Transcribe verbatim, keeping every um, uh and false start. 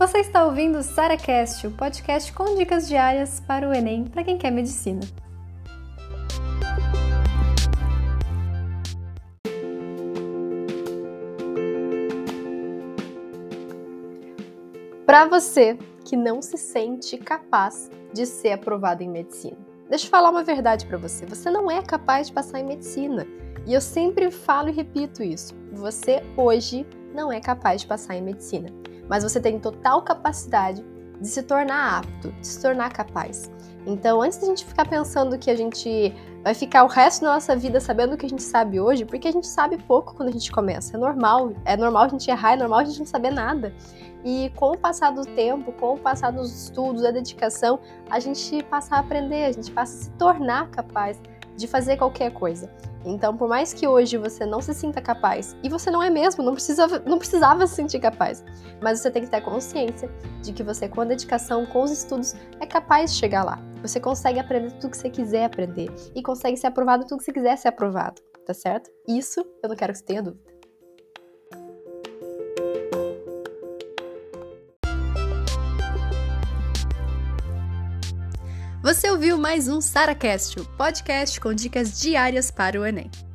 Você está ouvindo o SaraCast, o podcast com dicas diárias para o Enem para quem quer medicina. Para você que não se sente capaz de ser aprovado em medicina, deixa eu falar uma verdade para você. Você não é capaz de passar em medicina. E eu sempre falo e repito isso. Você hoje não é capaz de passar em medicina. Mas você tem total capacidade de se tornar apto, de se tornar capaz. Então, antes de a gente ficar pensando que a gente vai ficar o resto da nossa vida sabendo o que a gente sabe hoje, porque a gente sabe pouco quando a gente começa. É normal, é normal a gente errar, é normal a gente não saber nada. E com o passar do tempo, com o passar dos estudos, da dedicação, a gente passa a aprender, a gente passa a se tornar capaz de fazer qualquer coisa. Então, por mais que hoje você não se sinta capaz, e você não é mesmo, não precisava, não precisava se sentir capaz, mas você tem que ter consciência de que você, com a dedicação, com os estudos, é capaz de chegar lá. Você consegue aprender tudo que você quiser aprender e consegue ser aprovado tudo que você quiser ser aprovado, tá certo? Isso eu não quero que você tenha dúvida. Você ouviu mais um SaraCast, o podcast com dicas diárias para o Enem.